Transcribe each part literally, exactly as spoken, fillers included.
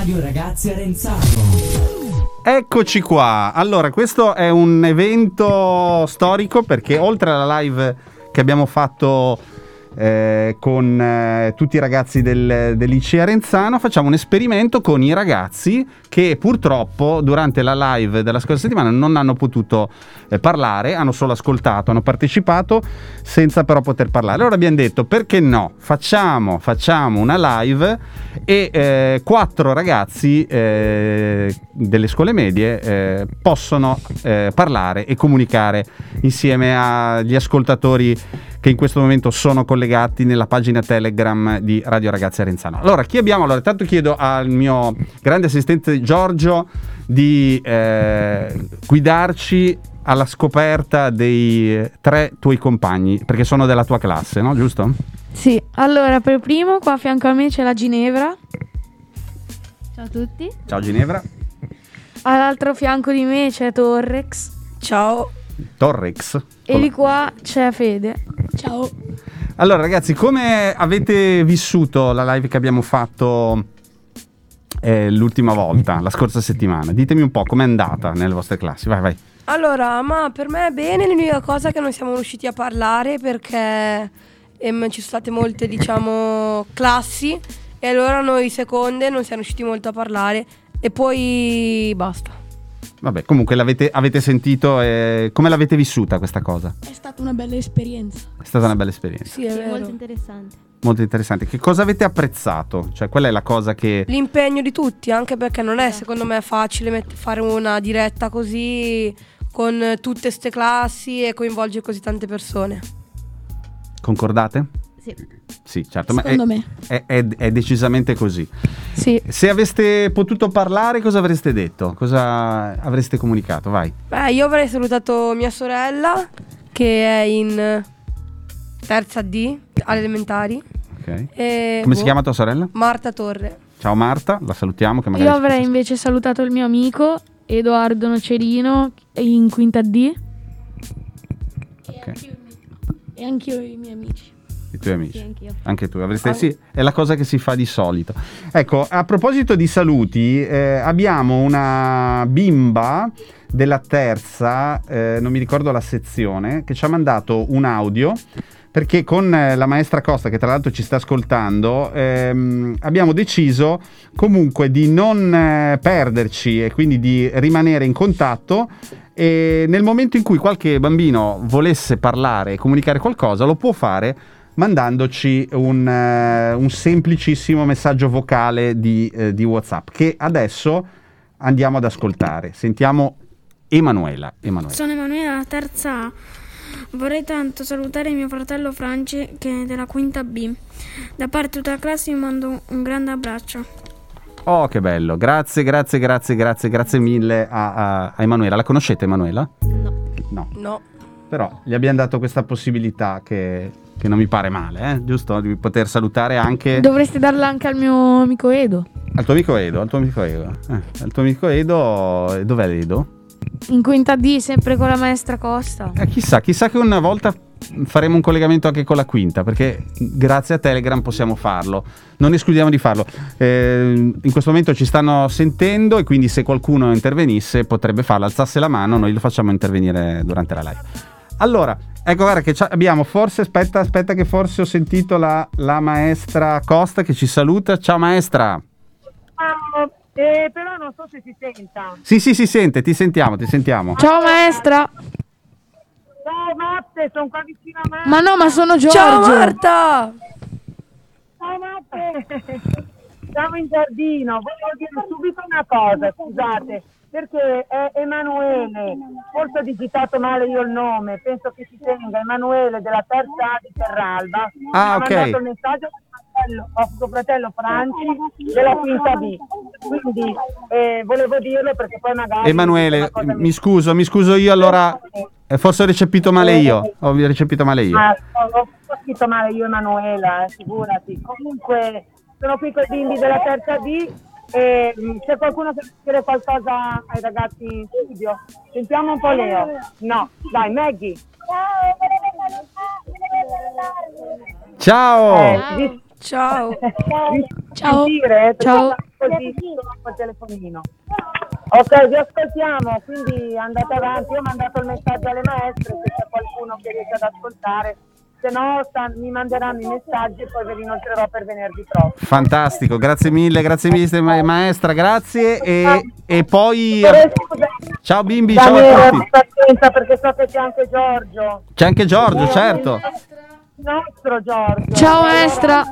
Radio Ragazzi Arenzano. Eccoci qua. Allora, questo è un evento storico perché oltre alla live che abbiamo fatto eh, con eh, tutti i ragazzi del, del liceo Arenzano, facciamo un esperimento con i ragazzi che purtroppo durante la live della scorsa settimana non hanno potuto eh, parlare, hanno solo ascoltato, hanno partecipato senza però poter parlare. Allora abbiamo detto, perché no? Facciamo, facciamo una live e eh, quattro ragazzi eh, delle scuole medie eh, possono eh, parlare e comunicare insieme agli ascoltatori che in questo momento sono collegati nella pagina Telegram di Radio Ragazzi Arenzano. Allora, chi abbiamo? Allora, intanto chiedo al mio grande assistente Giorgio di eh, guidarci alla scoperta dei tre tuoi compagni, perché sono della tua classe, no? Giusto? Sì, allora per primo qua a fianco a me c'è la Ginevra. Ciao a tutti. Ciao Ginevra. All'altro fianco di me c'è Torrex. Ciao. Torrex. E di qua c'è Fede. Ciao. Allora ragazzi, come avete vissuto la live che abbiamo fatto eh, l'ultima volta, la scorsa settimana? Ditemi un po' com'è andata nelle vostre classi, vai vai. Allora, ma per me è bene, l'unica cosa è che non siamo riusciti a parlare perché ehm, ci sono state molte, diciamo, classi e allora noi seconde non siamo riusciti molto a parlare e poi basta. Vabbè, comunque l'avete avete sentito e come l'avete vissuta questa cosa? È stata una bella esperienza. È stata una bella esperienza. Sì, è Sì, vero. molto interessante. Molto interessante. Che cosa avete apprezzato? Cioè, qual è la cosa che... L'impegno di tutti, anche perché non è secondo me facile met- fare una diretta così con tutte ste classi e coinvolgere così tante persone. Concordate? Sì. Sì, certo, ma Secondo è, me. È, è, è decisamente così. Sì. Se aveste potuto parlare, cosa avreste detto? Cosa avreste comunicato? Vai. Beh, io avrei salutato mia sorella che è in terza D alle elementari. Ok. E Come si boh, chiama tua sorella? Marta Torre. Ciao Marta, la salutiamo. Che magari Io ci avrei possa- invece salutato il mio amico Edoardo Nocerino in quinta D. Ok. E anch'io e i miei amici. I tuoi amici. Sì, anch'io. Anche tu avreste, sì, è la cosa che si fa di solito. Ecco, a proposito di saluti, eh, abbiamo una bimba della terza, eh, non mi ricordo la sezione, che ci ha mandato un audio perché con eh, la maestra Costa, che tra l'altro ci sta ascoltando, ehm, abbiamo deciso comunque di non eh, perderci e quindi di rimanere in contatto. E nel momento in cui qualche bambino volesse parlare e comunicare qualcosa, lo può fare mandandoci un, uh, un semplicissimo messaggio vocale di, uh, di WhatsApp, che adesso andiamo ad ascoltare. Sentiamo Emanuela. Emanuela. Sono Emanuela, la terza A. Vorrei tanto salutare mio fratello Franci, che è della quinta B. Da parte di tutta la classe vi mando un grande abbraccio. Oh, che bello. Grazie, grazie, grazie, grazie, grazie mille a, a, a Emanuela. La conoscete Emanuela? No. No. No. Però gli abbiamo dato questa possibilità che, che non mi pare male, eh? Giusto? Di poter salutare anche... Dovreste darla anche al mio amico Edo. Al tuo amico Edo, al tuo amico Edo. Eh, al tuo amico Edo, dov'è Edo? In quinta D, sempre con la maestra Costa. Eh, chissà, chissà che una volta faremo un collegamento anche con la quinta, perché grazie a Telegram possiamo farlo. Non escludiamo di farlo. Eh, in questo momento ci stanno sentendo e quindi se qualcuno intervenisse potrebbe farlo, alzasse la mano, noi lo facciamo intervenire durante la live. Allora, ecco, guarda che abbiamo forse, aspetta, aspetta che forse ho sentito la, la maestra Costa che ci saluta. Ciao maestra. Ah, eh, però non so se si senta. Sì, sì, si sente, ti sentiamo, ti sentiamo. Ciao maestra. Ciao Matte, sono qua vicino a me. Ma no, ma sono Giorgio. Ciao Marta! Ciao Matte. Siamo in giardino. Volevo dire subito una cosa, scusate, perché è Emanuele. Forse ho digitato male io il nome. Penso che si tenga Emanuele della terza A di Terralba. Ah, ha ok. mandato il messaggio a suo fratello Franci della quinta B. Quindi eh, volevo dirlo perché poi magari... Emanuele, cosa mi scuso, mi scuso io allora. Eh, forse ho recepito male io. Ho recepito male io. Ah, ho, ho scritto male io Emanuela, eh, figurati. Comunque sono qui con i bimbi della terza D e mh, c'è qualcuno che vuole dire qualcosa ai ragazzi in studio? Sentiamo un po' Leo. No, dai Maggie. Ciao. Eh, vi- Ciao! vi Ciao. sentire, perché Ciao. così col telefonino. Ok, vi ascoltiamo, quindi andate avanti. Io ho mandato il messaggio alle maestre, se c'è qualcuno che riesce ad ascoltare, se no sta- mi manderanno i messaggi e poi ve li inoltrerò per venerdì prossimo. Fantastico, grazie mille, grazie mille ma- maestra, grazie e, e poi ciao bimbi, ciao a tutti. Pazienza, perché so che c'è anche Giorgio. C'è anche Giorgio, certo. Il nostro Giorgio. Ciao maestra.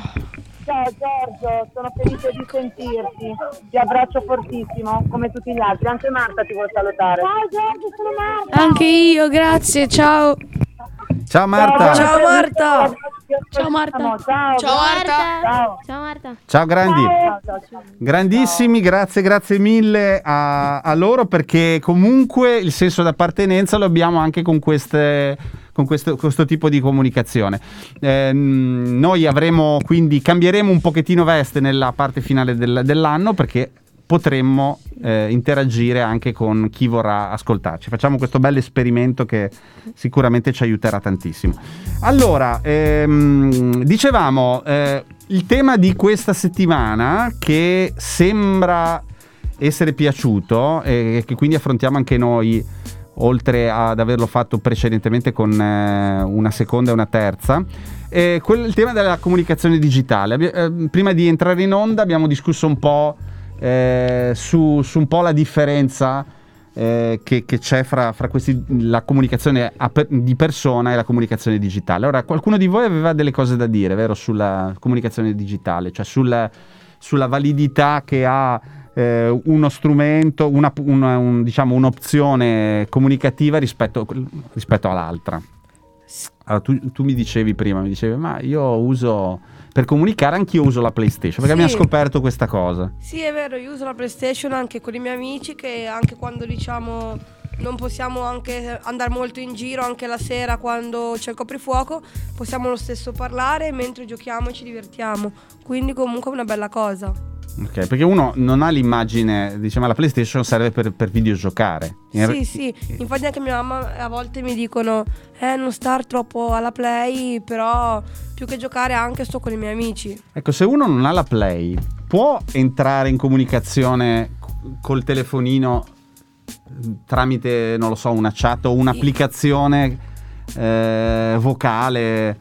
Ciao Giorgio, sono felice di sentirti. Ti abbraccio fortissimo, come tutti gli altri. Anche Marta ti vuole salutare. Ciao Giorgio, sono Marta. Anche io, grazie, ciao. Ciao Marta. Ciao Marta. Ciao Marta. Ciao, Ciao Marta. Ciao. Ciao Marta. Ciao grandi. Ciao, ciao, ciao. Grandissimi, grazie, grazie mille a, a loro, perché comunque il senso d'appartenenza lo abbiamo anche con queste con questo, questo tipo di comunicazione. Eh, noi avremo quindi cambieremo un pochettino veste nella parte finale del, dell'anno, perché potremmo eh, interagire anche con chi vorrà ascoltarci. Facciamo questo bel esperimento che sicuramente ci aiuterà tantissimo. Allora, ehm, dicevamo, eh, il tema di questa settimana, che sembra essere piaciuto e che quindi affrontiamo anche noi, oltre ad averlo fatto precedentemente con eh, una seconda e una terza, è quel, il tema della comunicazione digitale. Abbi- eh, prima di entrare in onda abbiamo discusso un po' eh, su, su un po' la differenza eh, che, che c'è fra, fra questi, la comunicazione a per, di persona e la comunicazione digitale. Ora, qualcuno di voi aveva delle cose da dire, vero, sulla comunicazione digitale, cioè sulla, sulla validità che ha Eh, uno strumento, una, una, un, diciamo un'opzione comunicativa rispetto, rispetto all'altra. Allora, tu, tu mi dicevi prima, mi dicevi, ma io uso, per comunicare anch'io uso la PlayStation, perché Sì. abbiamo scoperto questa cosa. Sì, è vero, io uso la PlayStation anche con i miei amici, che anche quando diciamo non possiamo anche andare molto in giro, anche la sera quando c'è il coprifuoco, possiamo lo stesso parlare mentre giochiamo e ci divertiamo. Quindi comunque è una bella cosa. Ok, perché uno non ha l'immagine, diciamo, la PlayStation serve per, per videogiocare. In Sì, re- sì, infatti anche mia mamma a volte mi dicono eh non star troppo alla Play, però più che giocare anche sto con i miei amici. Ecco, se uno non ha la Play, può entrare in comunicazione col telefonino tramite, non lo so, una chat o un'applicazione eh, vocale?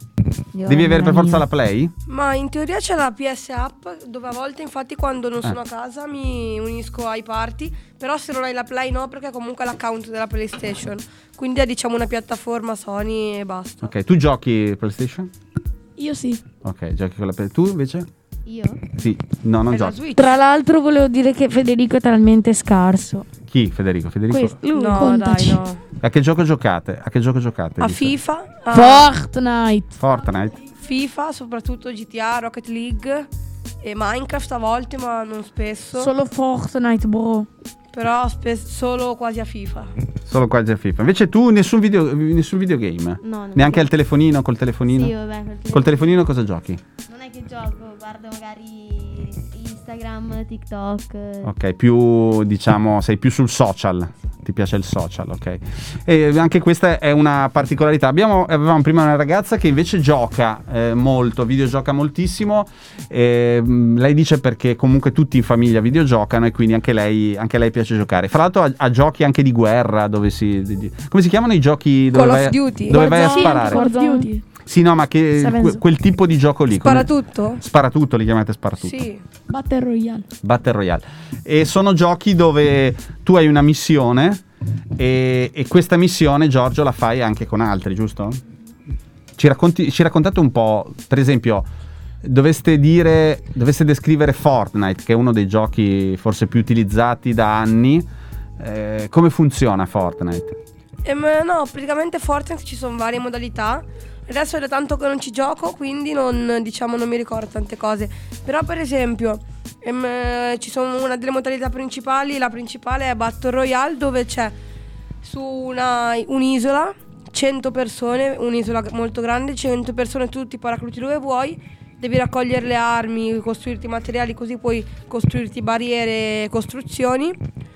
Io Devi avere per la forza mia. la Play? Ma in teoria c'è la P S App, dove a volte infatti quando non Eh. sono a casa mi unisco ai party, però se non hai la Play no, perché comunque è l'account della PlayStation, quindi è diciamo una piattaforma Sony e basta. Ok, tu giochi PlayStation? Io sì. Ok, giochi con la Play. Tu invece? Io? Sì, no, non È la giochi. Switch. Tra l'altro volevo dire che Federico è talmente scarso. Chi? Federico? Federico? Questo, lui, No, contaci. dai, no. A che gioco giocate? A che gioco giocate? A di solito? FIFA, a Fortnite. Fortnite? FIFA, soprattutto G T A, Rocket League e Minecraft a volte, ma non spesso. Solo Fortnite, bro. Però spe- solo quasi a FIFA. Solo quasi a FIFA. Invece tu nessun video, nessun videogame? No, non Neanche al telefonino, col telefonino? Sì, vabbè, col Col telefonino cosa giochi? Non è che gioco, guardo magari Instagram, TikTok. Ok, più diciamo sei più sul social. Ti piace il social, ok. E anche questa è una particolarità. Abbiamo, avevamo prima una ragazza che invece gioca eh, molto, videogioca moltissimo. E, mh, lei dice perché comunque tutti in famiglia videogiocano e quindi anche lei, anche lei piace giocare. Fra l'altro ha, ha giochi anche di guerra dove si... Di, di, come si chiamano i giochi dove Call of vai, Duty. dove vai a Warzone, sparare? Call of Duty. Sì, no, ma che Seven que- Zone. quel tipo di gioco lì. come- Sparatutto? Sparatutto, li chiamate sparatutto. Sì. Battle Royale. Battle Royale. E sono giochi dove tu hai una missione e, e questa missione, Giorgio, la fai anche con altri, giusto? Ci, racconti, ci raccontate un po', per esempio, doveste dire, doveste descrivere Fortnite, che è uno dei giochi forse più utilizzati da anni. Eh, come funziona Fortnite? Ehm, no, praticamente Fortnite ci sono varie modalità. Adesso è da tanto che non ci gioco, quindi non, diciamo, non mi ricordo tante cose. Però per esempio ehm, ci sono una delle modalità principali. La principale è Battle Royale, dove c'è su una, un'isola cento persone, un'isola molto grande, cento persone, tutti i paracadute dove vuoi. Devi raccogliere le armi, costruirti materiali, così puoi costruirti barriere e costruzioni.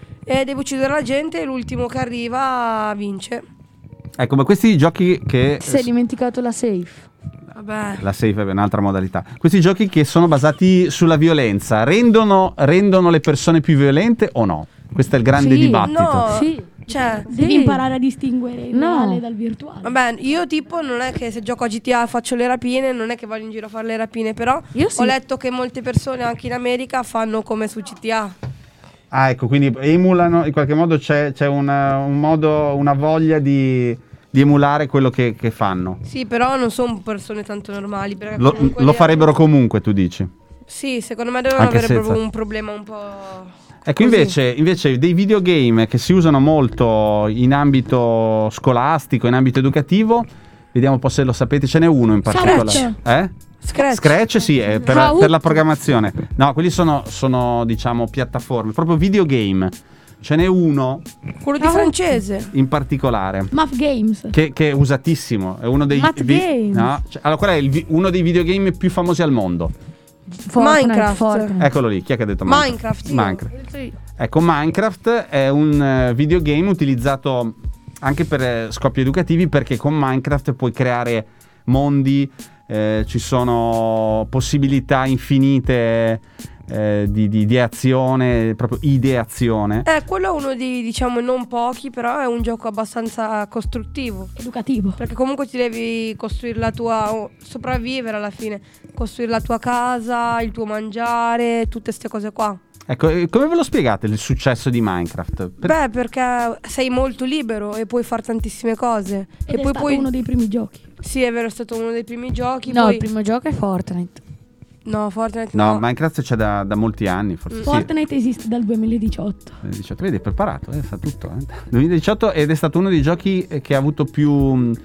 E devi uccidere la gente e l'ultimo che arriva vince. Ecco, ma questi giochi che... Si è dimenticato la safe. Vabbè. La safe è un'altra modalità. Questi giochi che sono basati sulla violenza rendono, rendono le persone più violente o no? Questo è il grande Sì, dibattito. No, Sì. cioè, Devi Sì. imparare a distinguere il No. reale dal virtuale. vabbè, io tipo non è che se gioco a G T A faccio le rapine, non è che vado in giro a fare le rapine, però Io sì. ho letto che molte persone anche in America fanno come su G T A. Ah, ecco, quindi emulano, in qualche modo c'è, c'è una, un modo, una voglia di, di emulare quello che, che fanno. Sì, però non sono persone tanto normali. Perché Lo, comunque lo lì- farebbero comunque, tu dici? Sì, secondo me devono Anche avere senza. proprio un problema un po'. Ecco, così. invece, invece dei videogame che si usano molto in ambito scolastico, in ambito educativo, vediamo un po' se lo sapete, ce n'è uno in particolare. Scratch. Eh? Scratch. Scratch sì, è per, Kahoot. per la programmazione. No, quelli sono, sono, diciamo, piattaforme, proprio videogame. Ce n'è uno Quello di francese. in particolare Math Games. che, che è usatissimo. È uno dei Math Games. no? Cioè, allora, qual è il vi- uno dei videogame più famosi al mondo? Fortnite, Minecraft. Fortnite. Eccolo lì, chi è che ha detto Minecraft, io. Minecraft. Sì. Ecco, Minecraft è un eh, videogame utilizzato anche per eh, scopi educativi, perché con Minecraft puoi creare mondi, eh, ci sono possibilità infinite eh, di, di, di azione, proprio ideazione. Eh, quello è uno di, diciamo, non pochi, però è un gioco abbastanza costruttivo. Educativo. Perché comunque ti devi costruire la tua. oh, sopravvivere alla fine. Costruire la tua casa, il tuo mangiare, tutte queste cose qua. Ecco, e come ve lo spiegate il successo di Minecraft? Per- Beh, perché sei molto libero e puoi fare tantissime cose. Ed e è poi stato puoi. uno dei primi giochi. Sì, è vero, è stato uno dei primi giochi. No, poi... il primo gioco è Fortnite. No, Fortnite No, no. Minecraft c'è da, da molti anni, forse sì. Fortnite esiste dal duemiladiciotto. duemiladiciotto, vedi, è preparato, eh, sa tutto. Eh. duemiladiciotto, ed è stato uno dei giochi eh, che ha avuto più,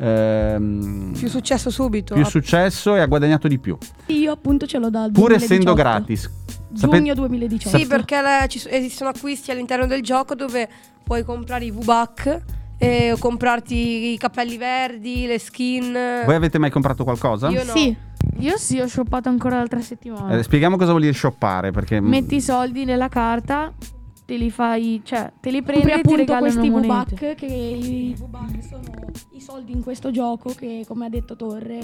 ehm, Più successo subito. più successo e ha guadagnato di più. Io appunto ce l'ho dal Pur duemiladiciotto. essendo gratis. Giugno Sapete- duemiladiciotto. Sì, perché le- ci so- esistono acquisti all'interno del gioco dove puoi comprare i V-Buck e comprarti i cappelli verdi, le skin. Voi avete mai comprato qualcosa? Io no. Sì. Io sì, ho shoppato ancora l'altra settimana. Eh, spieghiamo cosa vuol dire shoppare, perché Metti i soldi nella carta, te li fai, cioè, te li prendi Compri e ti appunto regalano questi monete. V-Buck, che i V-Buck sono i soldi in questo gioco che, come ha detto Torre,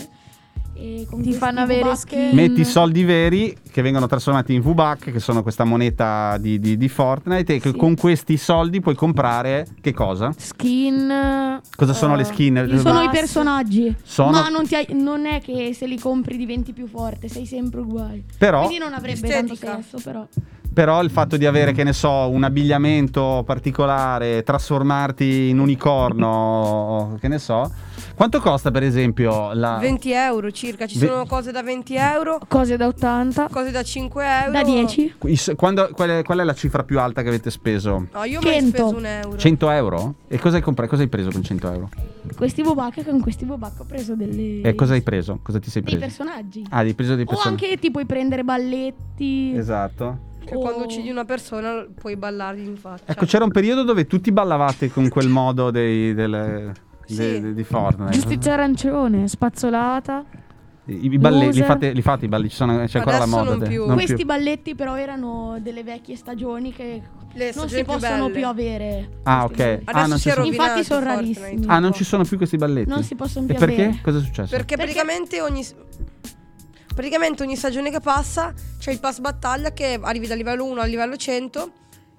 e con Ti questi fanno avere V-Buck skin. metti i soldi veri che vengono trasformati in V-Buck, che sono questa moneta di, di- di Fortnite, e che Sì. con questi soldi puoi comprare che cosa? Skin. Cosa sono eh, le skin? i sono i bassi. personaggi. Sono- Ma non, ti hai- non è che se li compri diventi più forte, sei sempre uguale. Però, Quindi non avrebbe tanto Estetica. senso, però. però il fatto di avere, che ne so, un abbigliamento particolare, trasformarti in unicorno, che ne so. Quanto costa, per esempio, la... venti euro circa. Ci Ve- sono cose da venti euro, Cose da ottanta. cose da cinque euro. Da dieci? i s- quando- qual, è, qual è la cifra più alta che avete speso? No, io ho mai cento. speso un euro. cento euro? E cosa hai comprato? Cosa hai preso con cento euro? Questi V-Buck, con questi V-Buck ho preso delle... E cosa hai preso? Cosa ti sei dei preso? personaggi. Ah, hai preso dei O personaggi. anche ti puoi prendere balletti. Esatto. Che o- quando uccidi una persona puoi ballargli in faccia. Ecco, c'era un periodo dove tutti ballavate con quel modo dei, delle, Sì. de- de- di Fortnite. Giustizia arancione, spazzolata. I, i balli, li Loser. fate, li fate i balli? Ci sono, c'è ancora la Adesso moda. non de- più. non Questi più. balletti però erano delle vecchie stagioni che Le non stagioni si più possono belle. più avere. Ah, questi ok. balletti. Ah, Adesso non si ci è sono- rovinato Infatti sono Fortnite. rarissimi. Ah, non ci sono più questi balletti? Non si possono E più perché? avere. Cosa è successo? Perché, Perché- praticamente ogni praticamente ogni stagione che passa c'è il pass battaglia che arrivi dal livello uno al livello cento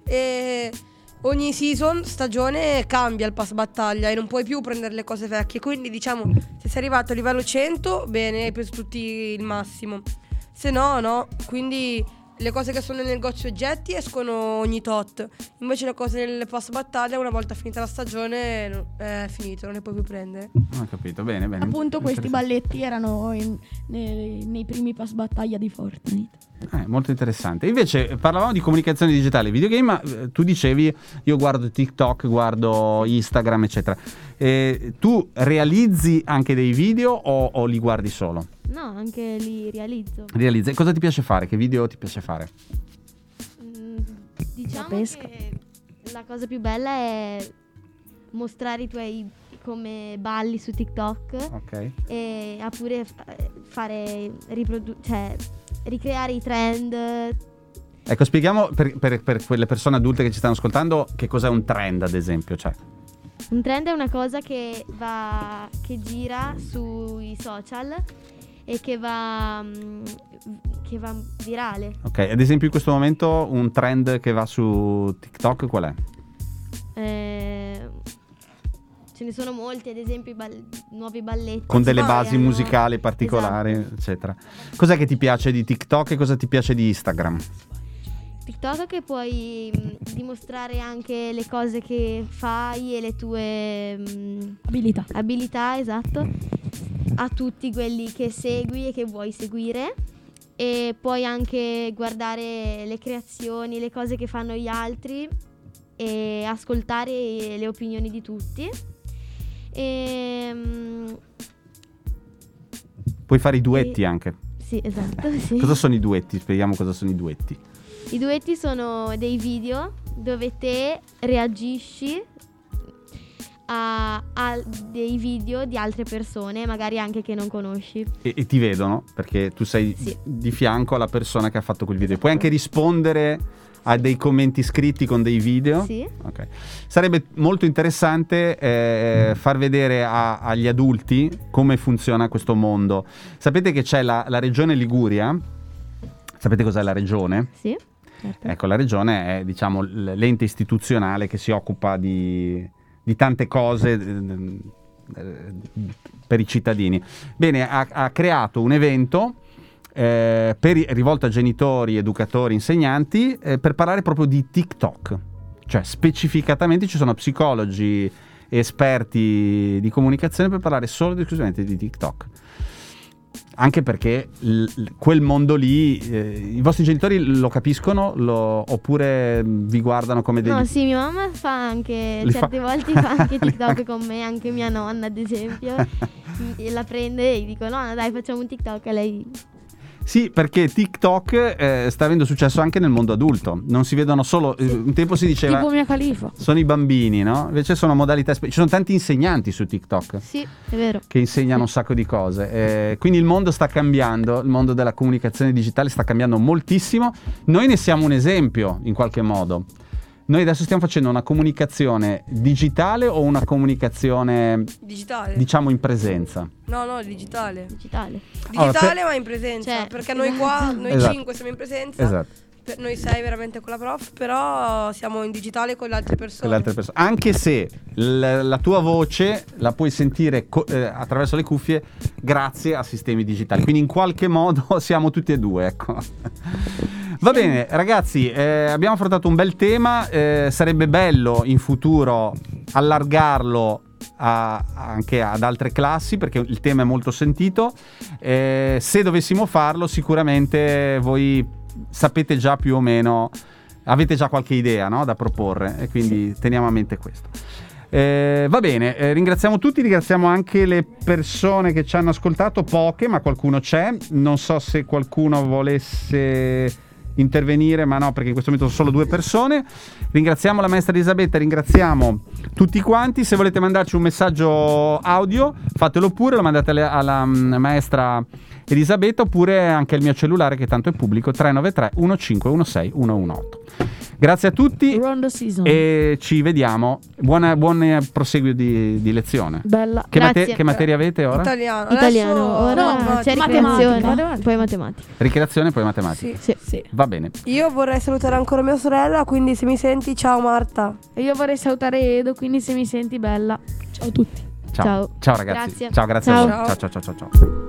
e ogni season, stagione cambia il pass battaglia e non puoi più prendere le cose vecchie. Quindi diciamo, se sei arrivato a livello cento, bene, hai preso tutti il massimo. Se no, no. Quindi le cose che sono nel negozio oggetti escono ogni tot. Invece le cose nel pass battaglia, una volta finita la stagione, no- è finito, non le puoi più prendere. Non ho capito, bene, bene. Appunto questi Interessante. balletti erano in- nei, nei primi pass battaglia di Fortnite. Eh, molto interessante. Invece parlavamo di comunicazione digitale, videogame, ma eh, tu dicevi io guardo TikTok, guardo Instagram, eccetera. Eh, tu realizzi anche dei video o, o li guardi solo? No, anche li realizzo. Realizzi. Cosa ti piace fare? Che video ti piace fare? Mm, diciamo La pesca. che la cosa più bella è mostrare i tuoi come balli su TikTok Ok. e oppure f- fare riprodu- cioè ricreare i trend. Ecco, spieghiamo per, per- per quelle persone adulte che ci stanno ascoltando che cos'è un trend, ad esempio. Cioè, Un trend è una cosa che va che gira sui social e che va mm, che va virale. Ok, ad esempio in questo momento un trend che va su TikTok qual è? Eh, ce ne sono molti, ad esempio i ball- nuovi balletti Con delle che basi hanno- musicali particolari, Esatto. eccetera. Cos'è che ti piace di TikTok e cosa ti piace di Instagram? TikTok che puoi mh, dimostrare anche le cose che fai e le tue mh, Abilità. abilità, esatto, a tutti quelli che segui e che vuoi seguire. E puoi anche guardare le creazioni, le cose che fanno gli altri e ascoltare le opinioni di tutti. E, mh, Puoi fare i duetti Sì. anche. sì, esatto, sì. Cosa sono i duetti? Spieghiamo cosa sono i duetti. I duetti sono dei video dove te reagisci a, a dei video di altre persone, magari anche che non conosci. E, e ti vedono perché tu sei Sì. di fianco alla persona che ha fatto quel video. Puoi anche rispondere a dei commenti scritti con dei video. Sì. Ok. Sarebbe molto interessante eh, far vedere a- agli adulti come funziona questo mondo. Sapete che c'è la, la regione Liguria? Sapete cos'è la regione? Sì, certo. Ecco, la regione è, diciamo, l- l'ente istituzionale che si occupa di, di tante cose eh, eh, per i cittadini. Bene, ha, ha creato un evento eh, per, rivolto a genitori, educatori, insegnanti eh, per parlare proprio di TikTok. Cioè, specificatamente ci sono psicologi e esperti di comunicazione per parlare solo ed esclusivamente di TikTok. Anche perché l- l- quel mondo lì, eh, i vostri genitori lo capiscono lo- oppure vi guardano come degli... No, sì, mia mamma fa anche, Li certe fa- volte fa anche Li TikTok fa- con me, anche mia nonna ad esempio. E la prende e gli dico nonna dai facciamo un TikTok e lei... Sì, perché TikTok eh, sta avendo successo anche nel mondo adulto. Non si vedono solo... eh, un tempo si diceva... Tipo Mia Khalifa. Sono i bambini, no? Invece sono modalità... spe- ci sono tanti insegnanti su TikTok Sì, è vero. che insegnano un sacco di cose. Eh, quindi il mondo sta cambiando, il mondo della comunicazione digitale sta cambiando moltissimo. Noi ne siamo un esempio, in qualche modo. Noi adesso stiamo facendo una comunicazione digitale o una comunicazione, Digitale? diciamo, in presenza? No, no, digitale. Digitale. Allora, Digitale per- ma in presenza. Cioè, perché noi qua, noi Esatto. cinque siamo in presenza. Esatto. Per noi sei veramente con la prof, però siamo in digitale con le altre persone. Con le altre persone. Anche se l- la tua voce la puoi sentire co- eh, attraverso le cuffie grazie a sistemi digitali. Quindi in qualche modo siamo tutti e due, ecco. Va bene, ragazzi, eh, abbiamo affrontato un bel tema. Eh, sarebbe bello in futuro allargarlo a- anche ad altre classi perché il tema è molto sentito. Eh, se dovessimo farlo, sicuramente voi sapete già più o meno, avete già qualche idea, no, da proporre e quindi teniamo a mente questo. Eh, va bene, eh, ringraziamo tutti, ringraziamo anche le persone che ci hanno ascoltato, poche ma qualcuno c'è, non so se qualcuno volesse intervenire, ma no, perché in questo momento sono solo due persone. Ringraziamo la maestra Elisabetta, ringraziamo tutti quanti. Se volete mandarci un messaggio audio fatelo pure, lo mandate alle- alla mm, maestra Elisabetta oppure anche al mio cellulare che tanto è pubblico, tre nove tre uno cinque uno sei uno uno otto. Grazie a tutti Rondo season. e ci vediamo. Buona, buon proseguio di, di lezione. Bella. Che, Grazie. mate- che materia avete ora? Italiano. Italiano, Adesso- ora no, c'è matematica. ricreazione, Matematica. poi matematica. Ricreazione e poi matematica. Sì. Sì. Sì. Va bene. Io vorrei salutare ancora mia sorella, quindi se mi senti, ciao Marta. E io vorrei salutare Edo, quindi se mi senti bella. Ciao a tutti. Ciao. Ciao. Ciao ragazzi. Grazie. Ciao, grazie Ciao. a voi. Ciao ciao ciao ciao. ciao.